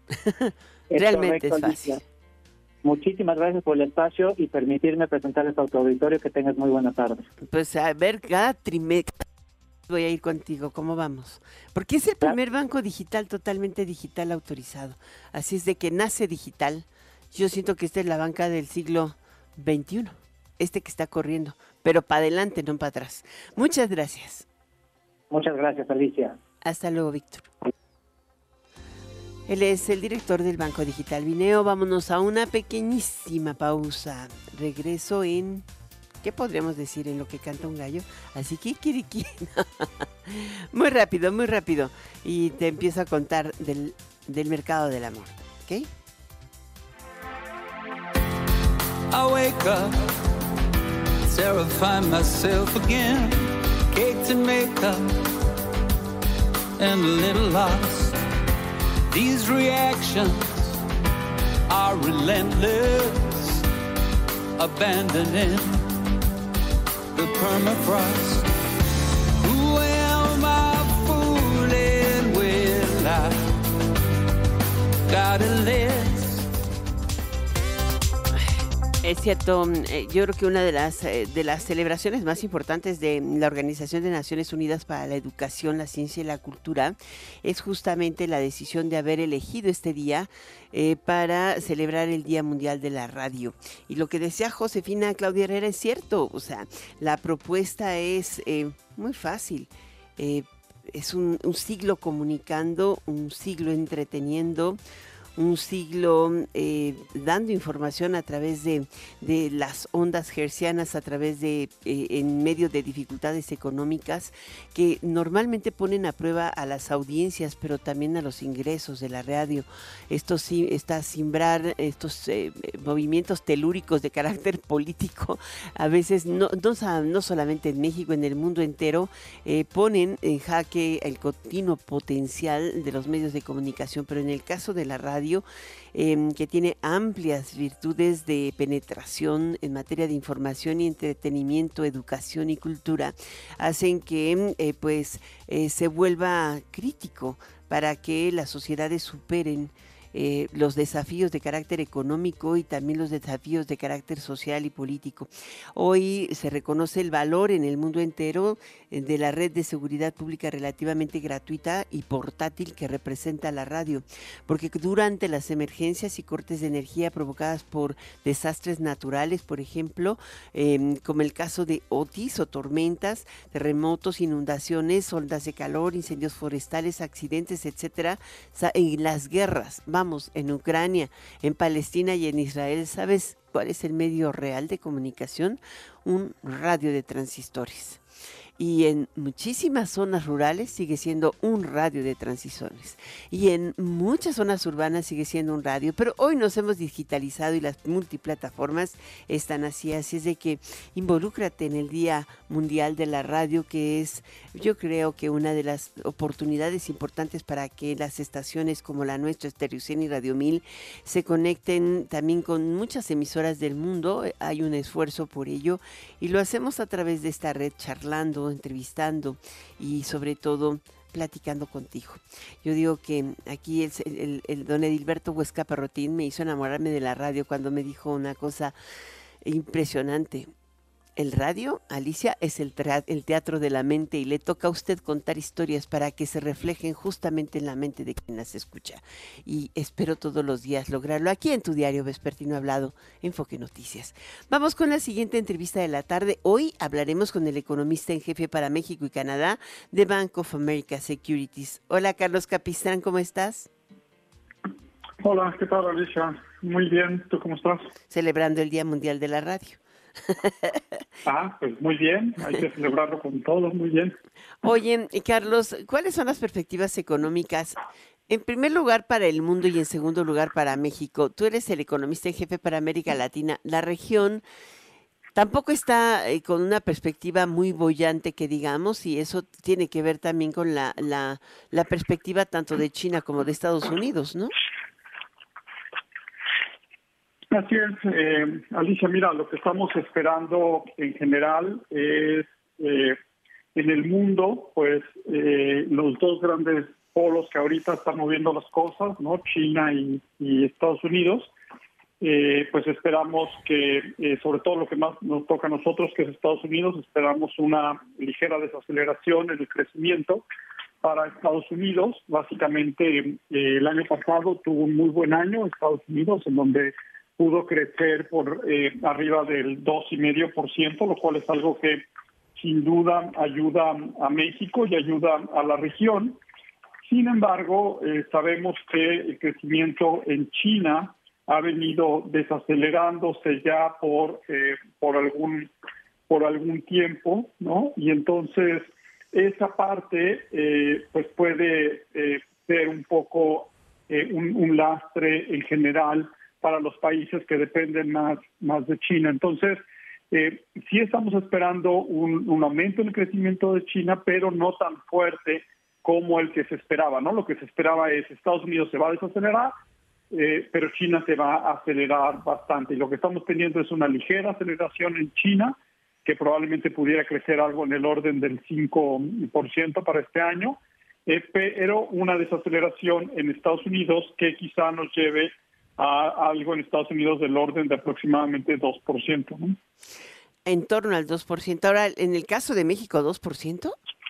[SPEAKER 8] Es
[SPEAKER 2] Realmente
[SPEAKER 8] correcto,
[SPEAKER 2] es fácil.
[SPEAKER 8] Alicia. Muchísimas gracias por el espacio y permitirme presentarles a tu auditorio. Que tengas muy buena tarde.
[SPEAKER 2] Pues a ver, cada trimestre voy a ir contigo, ¿cómo vamos? Porque es el primer banco digital, totalmente digital autorizado. Así es de que nace digital. Yo siento que esta es la banca del siglo veintiuno, este que está corriendo, pero para adelante, no para atrás. Muchas gracias.
[SPEAKER 8] Muchas gracias, Alicia.
[SPEAKER 2] Hasta luego, Víctor. Él es el director del Banco Digital Bineo. Vámonos a una pequeñísima pausa. Regreso en... ¿Qué podríamos decir en lo que canta un gallo? Así que kikiriki. Muy rápido, muy rápido. Y te empiezo a contar del, del mercado del amor. ¿Ok?
[SPEAKER 9] I wake up, terrify myself again. Caked in makeup and a little lost. These reactions are relentless, abandoning the permafrost. Who am I fooling with? I gotta live.
[SPEAKER 2] Es cierto, yo creo que una de las, de las celebraciones más importantes de la Organización de Naciones Unidas para la Educación, la Ciencia y la Cultura es justamente la decisión de haber elegido este día eh, para celebrar el Día Mundial de la Radio. Y lo que decía Josefina Claudia Herrera es cierto, o sea, la propuesta es eh, muy fácil. Eh, es un, un siglo comunicando, un siglo entreteniendo, un siglo eh, dando información a través de, de las ondas hercianas, a través de, eh, en medio de dificultades económicas que normalmente ponen a prueba a las audiencias, pero también a los ingresos de la radio. Esto sí está simbrar estos eh, movimientos telúricos de carácter político, a veces no, no, no solamente en México, en el mundo entero, eh, ponen en jaque el continuo potencial de los medios de comunicación, pero en el caso de la radio, Eh, que tiene amplias virtudes de penetración en materia de información y entretenimiento, educación y cultura, hacen que eh, pues eh, se vuelva crítico para que las sociedades superen Eh, los desafíos de carácter económico y también los desafíos de carácter social y político. Hoy se reconoce el valor en el mundo entero eh, de la red de seguridad pública relativamente gratuita y portátil que representa la radio, porque durante las emergencias y cortes de energía provocadas por desastres naturales, por ejemplo, eh, como el caso de Otis o tormentas, terremotos, inundaciones, ondas de calor, incendios forestales, accidentes, etcétera, en las guerras, vamos, en Ucrania, en Palestina y en Israel, ¿sabes cuál es el medio real de comunicación? Un radio de transistores. Y en muchísimas zonas rurales sigue siendo un radio de transistores. Y en muchas zonas urbanas sigue siendo un radio. Pero hoy nos hemos digitalizado y las multiplataformas están así. Así es de que involúcrate en el Día Mundial de la Radio, que es, yo creo que una de las oportunidades importantes para que las estaciones como la nuestra, Stereo cien y Radio mil, se conecten también con muchas emisoras del mundo. Hay un esfuerzo por ello y lo hacemos a través de esta red, charlando, entrevistando y sobre todo platicando contigo. Yo digo que aquí el, el, el don Edilberto Huesca Parrotín me hizo enamorarme de la radio cuando me dijo una cosa impresionante. El radio, Alicia, es el, el teatro de la mente y le toca a usted contar historias para que se reflejen justamente en la mente de quien las escucha. Y espero todos los días lograrlo aquí en tu diario vespertino hablado, Enfoque Noticias. Vamos con la siguiente entrevista de la tarde. Hoy hablaremos con el economista en jefe para México y Canadá de Bank of America Securities. Hola, Carlos Capistrán, ¿cómo estás?
[SPEAKER 10] Hola, ¿qué tal, Alicia? Muy bien, ¿tú cómo estás?
[SPEAKER 2] Celebrando el Día Mundial de la Radio.
[SPEAKER 10] Ah, pues muy bien, hay que celebrarlo con todo, muy bien.
[SPEAKER 2] Oye, Carlos, ¿cuáles son las perspectivas económicas? En primer lugar para el mundo y en segundo lugar para México. Tú eres el economista en jefe para América Latina. La región tampoco está eh, con una perspectiva muy boyante, que digamos, y eso tiene que ver también con la, la, la perspectiva tanto de China como de Estados Unidos, ¿no?
[SPEAKER 10] Así es, eh, Alicia, mira, lo que estamos esperando en general es eh, en el mundo, pues eh, los dos grandes polos que ahorita están moviendo las cosas, ¿no? China y, y Estados Unidos, eh, pues esperamos que, eh, sobre todo lo que más nos toca a nosotros, que es Estados Unidos, esperamos una ligera desaceleración en el crecimiento para Estados Unidos. Básicamente, eh, el año pasado tuvo un muy buen año Estados Unidos, en donde pudo crecer por eh, arriba del dos coma cinco por ciento, lo cual es algo que sin duda ayuda a México y ayuda a la región. Sin embargo, eh, sabemos que el crecimiento en China ha venido desacelerándose ya por eh, por algún por algún tiempo, ¿no? Y entonces esa parte eh, pues puede eh, ser un poco eh, un, un lastre en general para los países que dependen más más de China. Entonces eh, sí estamos esperando un, un aumento en el crecimiento de China, pero no tan fuerte como el que se esperaba, ¿no? Lo que se esperaba es Estados Unidos se va a desacelerar, eh, pero China se va a acelerar bastante. Y lo que estamos teniendo es una ligera aceleración en China, que probablemente pudiera crecer algo en el orden del cinco por ciento para este año, eh, pero una desaceleración en Estados Unidos que quizá nos lleve a algo en Estados Unidos del orden de aproximadamente dos por ciento, ¿no?
[SPEAKER 2] En torno al dos por ciento. Ahora, en el caso de México, ¿dos por ciento?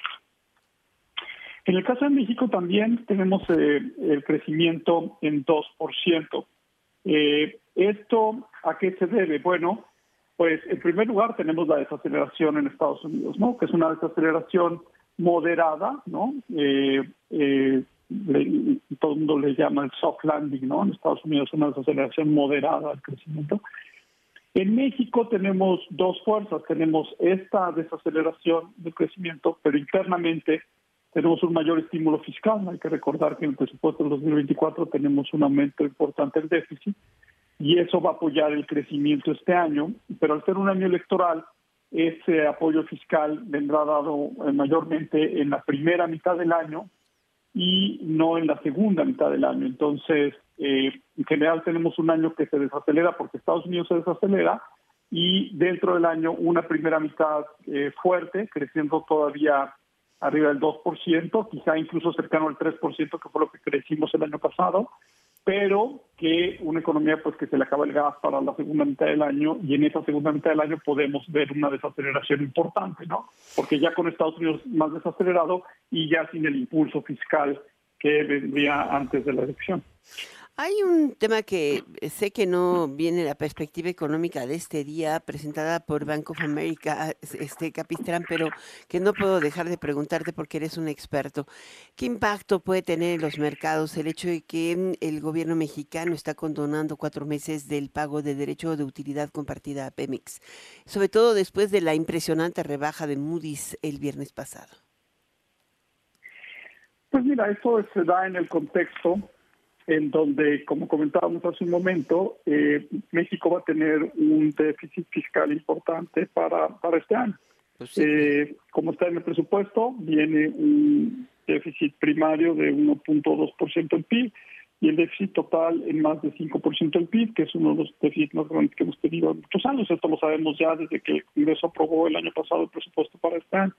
[SPEAKER 10] En el caso de México también tenemos eh, el crecimiento en dos por ciento. Eh, ¿Esto a qué se debe? Bueno, pues en primer lugar tenemos la desaceleración en Estados Unidos, ¿no? Que es una desaceleración moderada, ¿no? Eh, eh, le, todo el mundo le llama el soft landing, ¿no? En Estados Unidos es una desaceleración moderada del crecimiento. En México tenemos dos fuerzas. Tenemos esta desaceleración del crecimiento, pero internamente tenemos un mayor estímulo fiscal. Hay que recordar que en el presupuesto del dos mil veinticuatro tenemos un aumento importante del déficit y eso va a apoyar el crecimiento este año. Pero al ser un año electoral, ese apoyo fiscal vendrá dado eh, mayormente en la primera mitad del año y no en la segunda mitad del año. Entonces, eh, en general tenemos un año que se desacelera porque Estados Unidos se desacelera y dentro del año una primera mitad eh, fuerte, creciendo todavía arriba del dos por ciento, quizá incluso cercano al tres por ciento, que fue lo que crecimos el año pasado, pero que una economía pues que se le acaba el gas para la segunda mitad del año y en esa segunda mitad del año podemos ver una desaceleración importante, ¿no? Porque ya con Estados Unidos más desacelerado y ya sin el impulso fiscal que vendría antes de la elección.
[SPEAKER 2] Hay un tema que sé que no viene la perspectiva económica de este día presentada por Bank of America, este Capistrán, pero que no puedo dejar de preguntarte porque eres un experto. ¿Qué impacto puede tener en los mercados el hecho de que el gobierno mexicano está condonando cuatro meses del pago de derecho de utilidad compartida a Pemex? Sobre todo después de la impresionante rebaja de Moody's el viernes pasado.
[SPEAKER 10] Pues mira, eso se da en el contexto en donde, como comentábamos hace un momento, eh, México va a tener un déficit fiscal importante para, para este año. Pues sí. eh, como está en el presupuesto, viene un déficit primario de uno punto dos por ciento del P I B y el déficit total en más de cinco por ciento del P I B, que es uno de los déficits más grandes que hemos tenido en muchos años. Esto lo sabemos ya desde que el Congreso aprobó el año pasado el presupuesto para este año.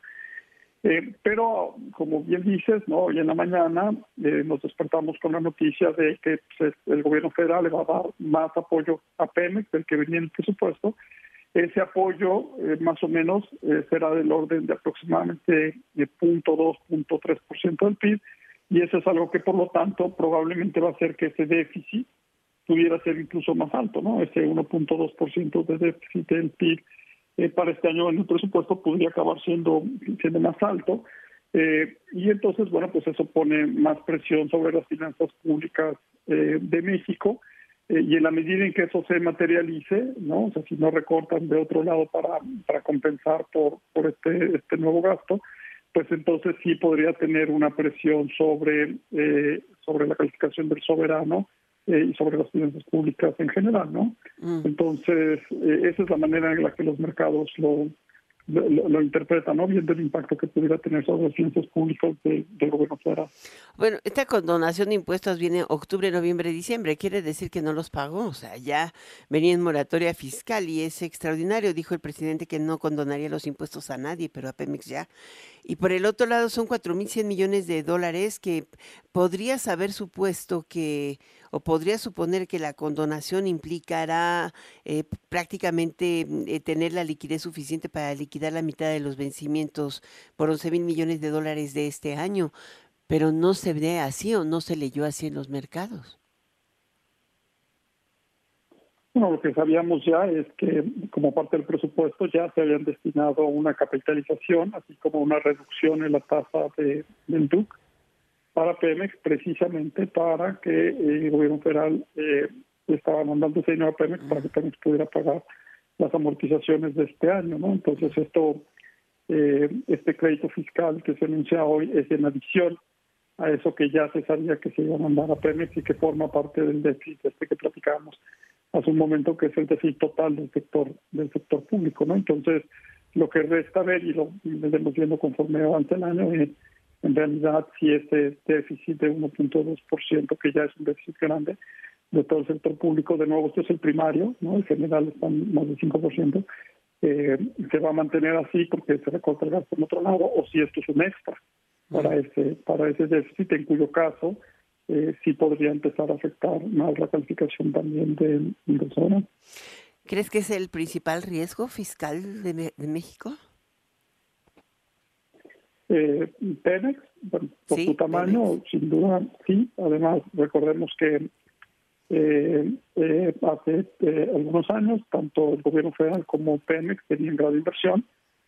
[SPEAKER 10] Eh, pero, como bien dices, no, hoy en la mañana eh, nos despertamos con la noticia de que pues, el gobierno federal le va a dar más apoyo a Pemex del que venía en el presupuesto. Ese apoyo, eh, más o menos, eh, será del orden de aproximadamente de cero punto dos, cero punto tres por ciento del P I B, y eso es algo que, por lo tanto, probablemente va a hacer que ese déficit pudiera ser incluso más alto, ¿no? Ese uno punto dos por ciento de déficit del P I B Eh, para este año en el presupuesto podría acabar siendo, siendo más alto. Eh, y entonces, bueno, pues eso pone más presión sobre las finanzas públicas eh, de México. Eh, y en la medida en que eso se materialice, ¿no? O sea, si no recortan de otro lado para, para compensar por, por este, este nuevo gasto, pues entonces sí podría tener una presión sobre, eh, sobre la calificación del soberano Eh, y sobre las finanzas públicas en general, ¿no? Mm. Entonces, eh, esa es la manera en la que los mercados lo, lo, lo interpretan, ¿no? Viendo el impacto que pudiera tener sobre las finanzas públicas de, del gobierno federal.
[SPEAKER 2] Bueno, esta condonación de impuestos viene octubre, noviembre, diciembre. Quiere decir que no los pagó. O sea, ya venía en moratoria fiscal y es extraordinario. Dijo el presidente que no condonaría los impuestos a nadie, pero a Pemex ya. Y por el otro lado son cuatro mil cien millones de dólares que podrías haber supuesto que, o podría suponer que la condonación implicará eh, prácticamente eh, tener la liquidez suficiente para liquidar la mitad de los vencimientos por once mil millones de dólares de este año. Pero no se ve así o no se leyó así en los mercados.
[SPEAKER 10] Bueno, lo que sabíamos ya es que como parte del presupuesto ya se habían destinado una capitalización, así como una reducción en la tasa de, del D U C. para Pemex, precisamente para que el gobierno federal eh, estaba mandando ese dinero a Pemex para que Pemex pudiera pagar las amortizaciones de este año, ¿no? Entonces esto, eh, este crédito fiscal que se anuncia hoy es en adición a eso que ya se sabía que se iba a mandar a Pemex y que forma parte del déficit este que platicábamos hace un momento, que es el déficit total del sector del sector público, ¿no? Entonces, lo que resta ver, y lo iremos viendo conforme avance el año, es en realidad si este déficit de uno punto dos por ciento, que ya es un déficit grande de todo el sector público, de nuevo, esto es el primario, ¿no? En general están más del cinco por ciento, eh, se va a mantener así porque se recorta el gasto en otro lado, o si esto es un extra para ese para ese déficit, en cuyo caso eh, sí podría empezar a afectar más la calificación también del de zona.
[SPEAKER 2] ¿Crees que es el principal riesgo fiscal de, de México?
[SPEAKER 10] Eh, Pemex, bueno, por sí, su tamaño, Pemex. Sin duda, sí. Además, recordemos que eh, eh, hace eh, algunos años, tanto el gobierno federal como Pemex tenían grado inversión.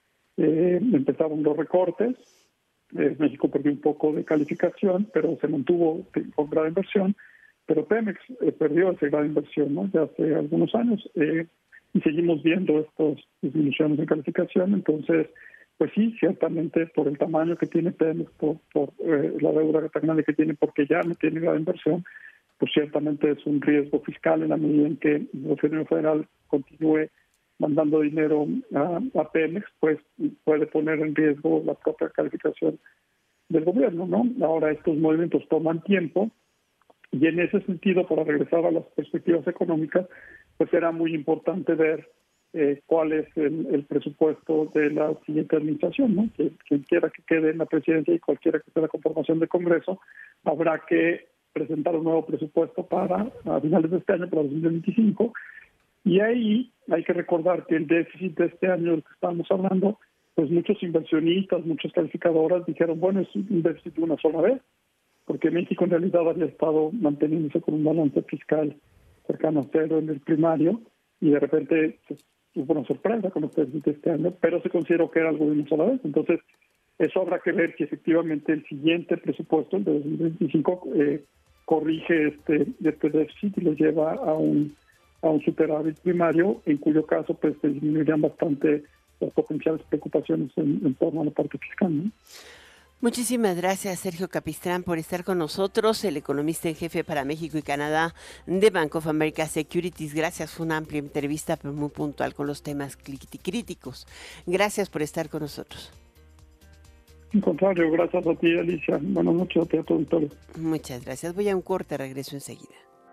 [SPEAKER 10] Eh, empezaron los recortes. Eh, México perdió un poco de calificación, pero se mantuvo con grado inversión. Pero Pemex eh, perdió ese grado inversión, ¿no? Ya hace algunos años, eh, y seguimos viendo estas disminuciones de calificación. Entonces, pues sí, ciertamente por el tamaño que tiene Pemex, por, por eh, la deuda tan grande que tiene, porque ya no tiene grado inversión, pues ciertamente es un riesgo fiscal en la medida en que el gobierno federal continúe mandando dinero a, a Pemex, pues puede poner en riesgo la propia calificación del gobierno, ¿no? Ahora, estos movimientos toman tiempo, y en ese sentido, para regresar a las perspectivas económicas, pues era muy importante ver eh, cuál es el, el presupuesto de la siguiente administración, ¿no? Que quien quiera que quede en la presidencia y cualquiera que sea la conformación del Congreso, habrá que presentar un nuevo presupuesto para a finales de este año, para dos mil veinticinco, y ahí hay que recordar que el déficit de este año del que estamos hablando, pues muchos inversionistas, muchas calificadoras dijeron, bueno, es un déficit de una sola vez, porque México en realidad había estado manteniéndose con un balance fiscal cercano a cero en el primario, y de repente pues, hubo una sorpresa con los déficits de este año, pero se consideró que era algo de una sola vez. Entonces, eso habrá que ver si efectivamente el siguiente presupuesto, el de dos mil veinticinco, eh, corrige este, este déficit y lo lleva a un, a un superávit primario, en cuyo caso pues se disminuirían bastante las potenciales preocupaciones en, en torno a la parte fiscal, ¿no?
[SPEAKER 2] Muchísimas gracias, Sergio Capistrán, por estar con nosotros, el economista en jefe para México y Canadá de Bank of America Securities. Gracias, fue una amplia entrevista, pero muy puntual con los temas críticos. Gracias por estar con nosotros.
[SPEAKER 10] Al contrario, gracias a ti, Alicia. Buenas noches a ti, a tu auditorio.
[SPEAKER 2] Muchas gracias. Voy a un corte, regreso enseguida.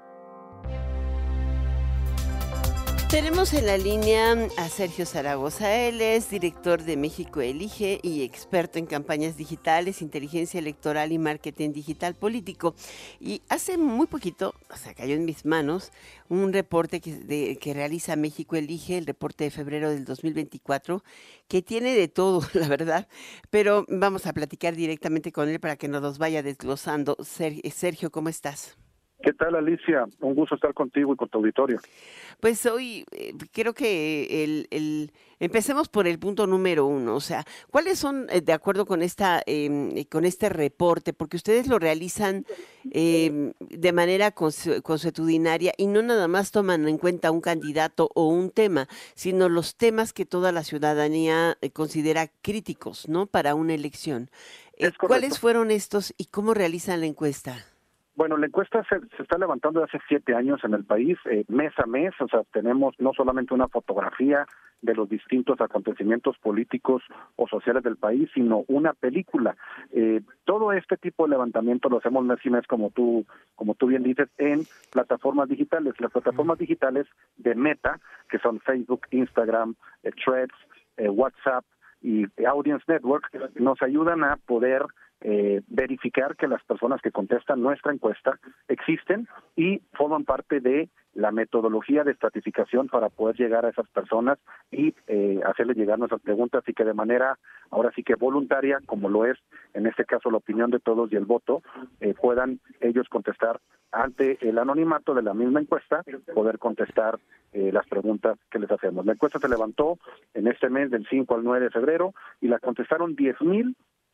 [SPEAKER 2] Tenemos en la línea a Sergio Zaragoza. Él es director de México Elige y experto en campañas digitales, inteligencia electoral y marketing digital político. Y hace muy poquito, o sea, cayó en mis manos, un reporte que, de, que realiza México Elige, el reporte de febrero del dos mil veinticuatro, que tiene de todo, la verdad, pero vamos a platicar directamente con él para que nos los vaya desglosando. Sergio, ¿cómo estás?
[SPEAKER 11] ¿Qué tal, Alicia? Un gusto estar contigo y con tu auditorio.
[SPEAKER 2] Pues hoy eh, creo que el, el empecemos por el punto número uno, o sea, ¿cuáles son, eh, de acuerdo con esta eh, con este reporte, porque ustedes lo realizan eh, de manera consu- consuetudinaria y no nada más toman en cuenta un candidato o un tema, sino los temas que toda la ciudadanía eh, considera críticos, ¿no?, para una elección? Eh, ¿Cuáles fueron estos y cómo realizan la encuesta?
[SPEAKER 11] Bueno, la encuesta se, se está levantando desde hace siete años en el país, eh, mes a mes, o sea, tenemos no solamente una fotografía de los distintos acontecimientos políticos o sociales del país, sino una película. Eh, todo este tipo de levantamiento lo hacemos mes y mes, como tú, como tú bien dices, en plataformas digitales. Las plataformas digitales de Meta, que son Facebook, Instagram, eh, Threads, eh, WhatsApp y Audience Network, nos ayudan a poder Eh, verificar que las personas que contestan nuestra encuesta existen y forman parte de la metodología de estratificación para poder llegar a esas personas y eh, hacerles llegar nuestras preguntas, y que de manera, ahora sí que voluntaria, como lo es en este caso la opinión de todos y el voto, eh, puedan ellos contestar ante el anonimato de la misma encuesta, poder contestar eh, las preguntas que les hacemos. La encuesta se levantó en este mes del cinco al nueve de febrero y la contestaron diez mil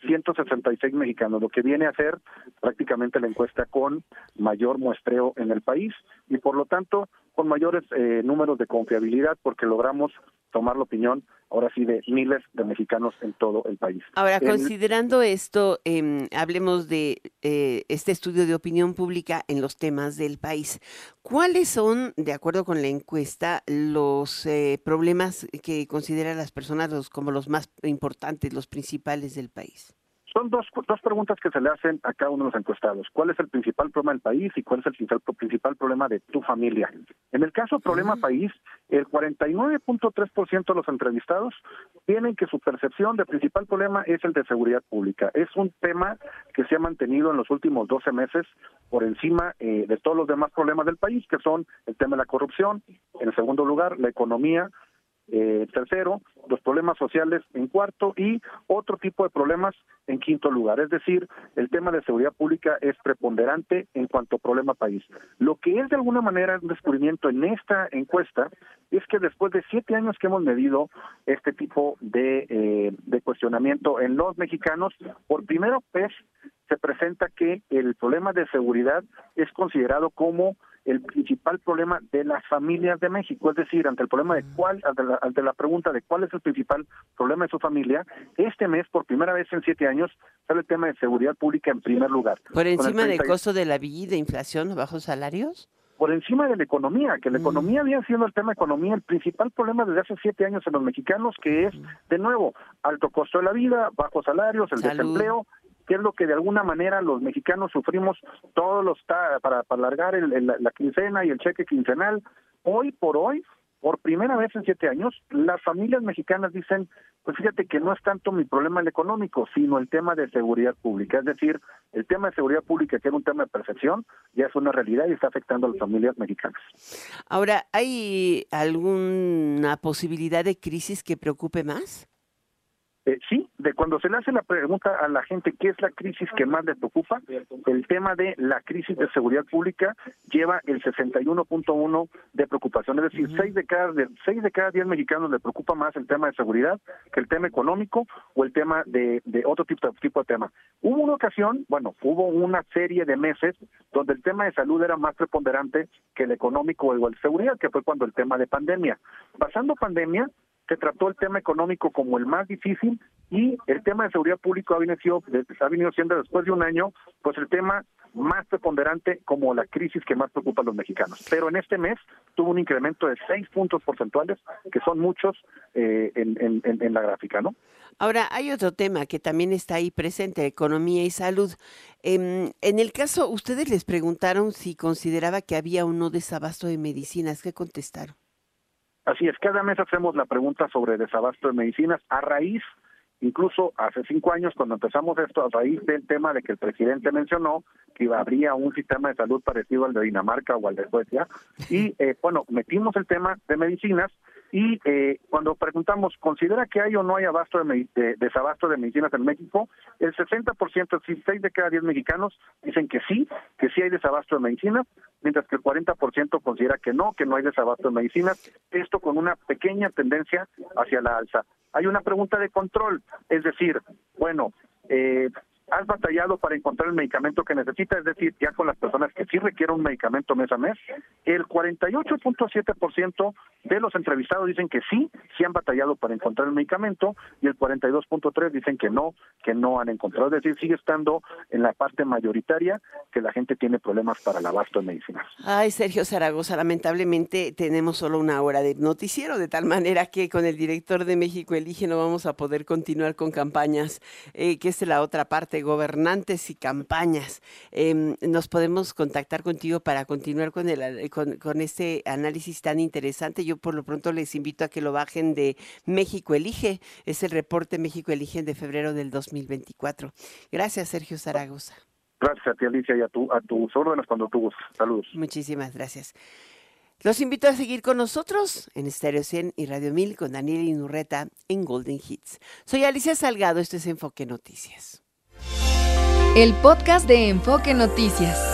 [SPEAKER 11] ciento sesenta y seis mexicanos, lo que viene a ser prácticamente la encuesta con mayor muestreo en el país y por lo tanto con mayores eh, números de confiabilidad porque logramos tomar la opinión ahora sí de miles de mexicanos en todo el país.
[SPEAKER 2] Ahora,
[SPEAKER 11] el,
[SPEAKER 2] considerando esto, eh, hablemos de eh, este estudio de opinión pública en los temas del país. ¿Cuáles son, de acuerdo con la encuesta, los eh, problemas que consideran las personas los, como los más importantes, los principales del país?
[SPEAKER 11] Son dos, dos preguntas que se le hacen a cada uno de los encuestados. ¿Cuál es el principal problema del país y cuál es el principal, principal problema de tu familia? En el caso problema uh-huh. país, el cuarenta y nueve punto tres por ciento de los entrevistados tienen que su percepción de principal problema es el de seguridad pública. Es un tema que se ha mantenido en los últimos doce meses por encima eh, de todos los demás problemas del país, que son el tema de la corrupción, en el segundo lugar, la economía, Eh, tercero, los problemas sociales en cuarto y otro tipo de problemas en quinto lugar. Es decir, el tema de seguridad pública es preponderante en cuanto a problema país. Lo que es de alguna manera un descubrimiento en esta encuesta es que después de siete años que hemos medido este tipo de, eh, de cuestionamiento en los mexicanos, por primera vez se presenta que el problema de seguridad es considerado como el principal problema de las familias de México, es decir, ante el problema de cuál, ante la, ante la pregunta de cuál es el principal problema de su familia, este mes, por primera vez en siete años, sale el tema de seguridad pública en primer lugar.
[SPEAKER 2] ¿Por encima del costo de la vida, inflación, bajos salarios?
[SPEAKER 11] Por encima de la economía, que la mm. economía viene siendo el tema de economía, el principal problema desde hace siete años en los mexicanos, que es, de nuevo, alto costo de la vida, bajos salarios, el Salud. desempleo, que es lo que de alguna manera los mexicanos sufrimos todos los ta- para, para alargar el, el, la quincena y el cheque quincenal. Hoy por hoy, por primera vez en siete años, las familias mexicanas dicen, pues fíjate que no es tanto mi problema el económico, sino el tema de seguridad pública. Es decir, el tema de seguridad pública, que era un tema de percepción, ya es una realidad y está afectando a las familias mexicanas.
[SPEAKER 2] Ahora, ¿hay alguna posibilidad de crisis que preocupe más?
[SPEAKER 11] Eh, sí, de cuando se le hace la pregunta a la gente qué es la crisis que más le preocupa, el tema de la crisis de seguridad pública lleva el sesenta y uno punto uno de preocupación, es decir, seis de cada seis de cada diez mexicanos le preocupa más el tema de seguridad que el tema económico o el tema de, de otro tipo de, tipo de tema. Hubo una ocasión, bueno, hubo una serie de meses donde el tema de salud era más preponderante que el económico o el de seguridad, que fue cuando el tema de pandemia. Pasando pandemia, se trató el tema económico como el más difícil y el tema de seguridad pública ha venido, ha venido siendo después de un año pues el tema más preponderante como la crisis que más preocupa a los mexicanos. Pero en este mes tuvo un incremento de seis puntos porcentuales, que son muchos eh, en, en, en la gráfica, ¿no?
[SPEAKER 2] Ahora, hay otro tema que también está ahí presente, economía y salud. Eh, en el caso, ustedes les preguntaron si consideraba que había o no desabasto de medicinas. ¿Qué contestaron?
[SPEAKER 11] Así es, cada mes hacemos la pregunta sobre desabasto de medicinas a raíz, incluso hace cinco años cuando empezamos esto, a raíz del tema de que el presidente mencionó que habría un sistema de salud parecido al de Dinamarca o al de Suecia, y eh, bueno, metimos el tema de medicinas y eh, cuando preguntamos, ¿considera que hay o no hay abasto de, med- de desabasto de medicinas en México? El sesenta por ciento, es decir, seis de cada diez mexicanos dicen que sí, que sí hay desabasto de medicinas, mientras que el cuarenta por ciento considera que no, que no hay desabasto de medicinas, esto con una pequeña tendencia hacia la alza. Hay una pregunta de control, es decir, bueno, eh, ¿has batallado para encontrar el medicamento que necesitas? Es decir, ya con las personas que sí requieren un medicamento mes a mes, el cuarenta y ocho punto siete por ciento de los entrevistados dicen que sí, sí han batallado para encontrar el medicamento, y el cuarenta y dos punto tres por ciento dicen que no, que no han encontrado. Es decir, sigue estando en la parte mayoritaria que la gente tiene problemas para el abasto de medicinas.
[SPEAKER 2] Ay, Sergio Zaragoza, lamentablemente tenemos solo una hora de noticiero, de tal manera que con el director de México Elige no vamos a poder continuar con campañas, eh, que es la otra parte, gobernantes y campañas. Eh, nos podemos contactar contigo para continuar con, el, con, con este análisis tan interesante. Yo por lo pronto les invito a que lo bajen de México Elige, es el reporte México Elige de febrero del dos mil veinticuatro. Gracias, Sergio Zaragoza.
[SPEAKER 11] Gracias a ti, Alicia, y a, tu, a tus órdenes cuando tú gustes. Saludos.
[SPEAKER 2] Muchísimas gracias. Los invito a seguir con nosotros en Estéreo cien y Radio mil con Daniel Inurreta en Golden Hits. Soy Alicia Salgado, esto es Enfoque Noticias.
[SPEAKER 1] El podcast de Enfoque Noticias.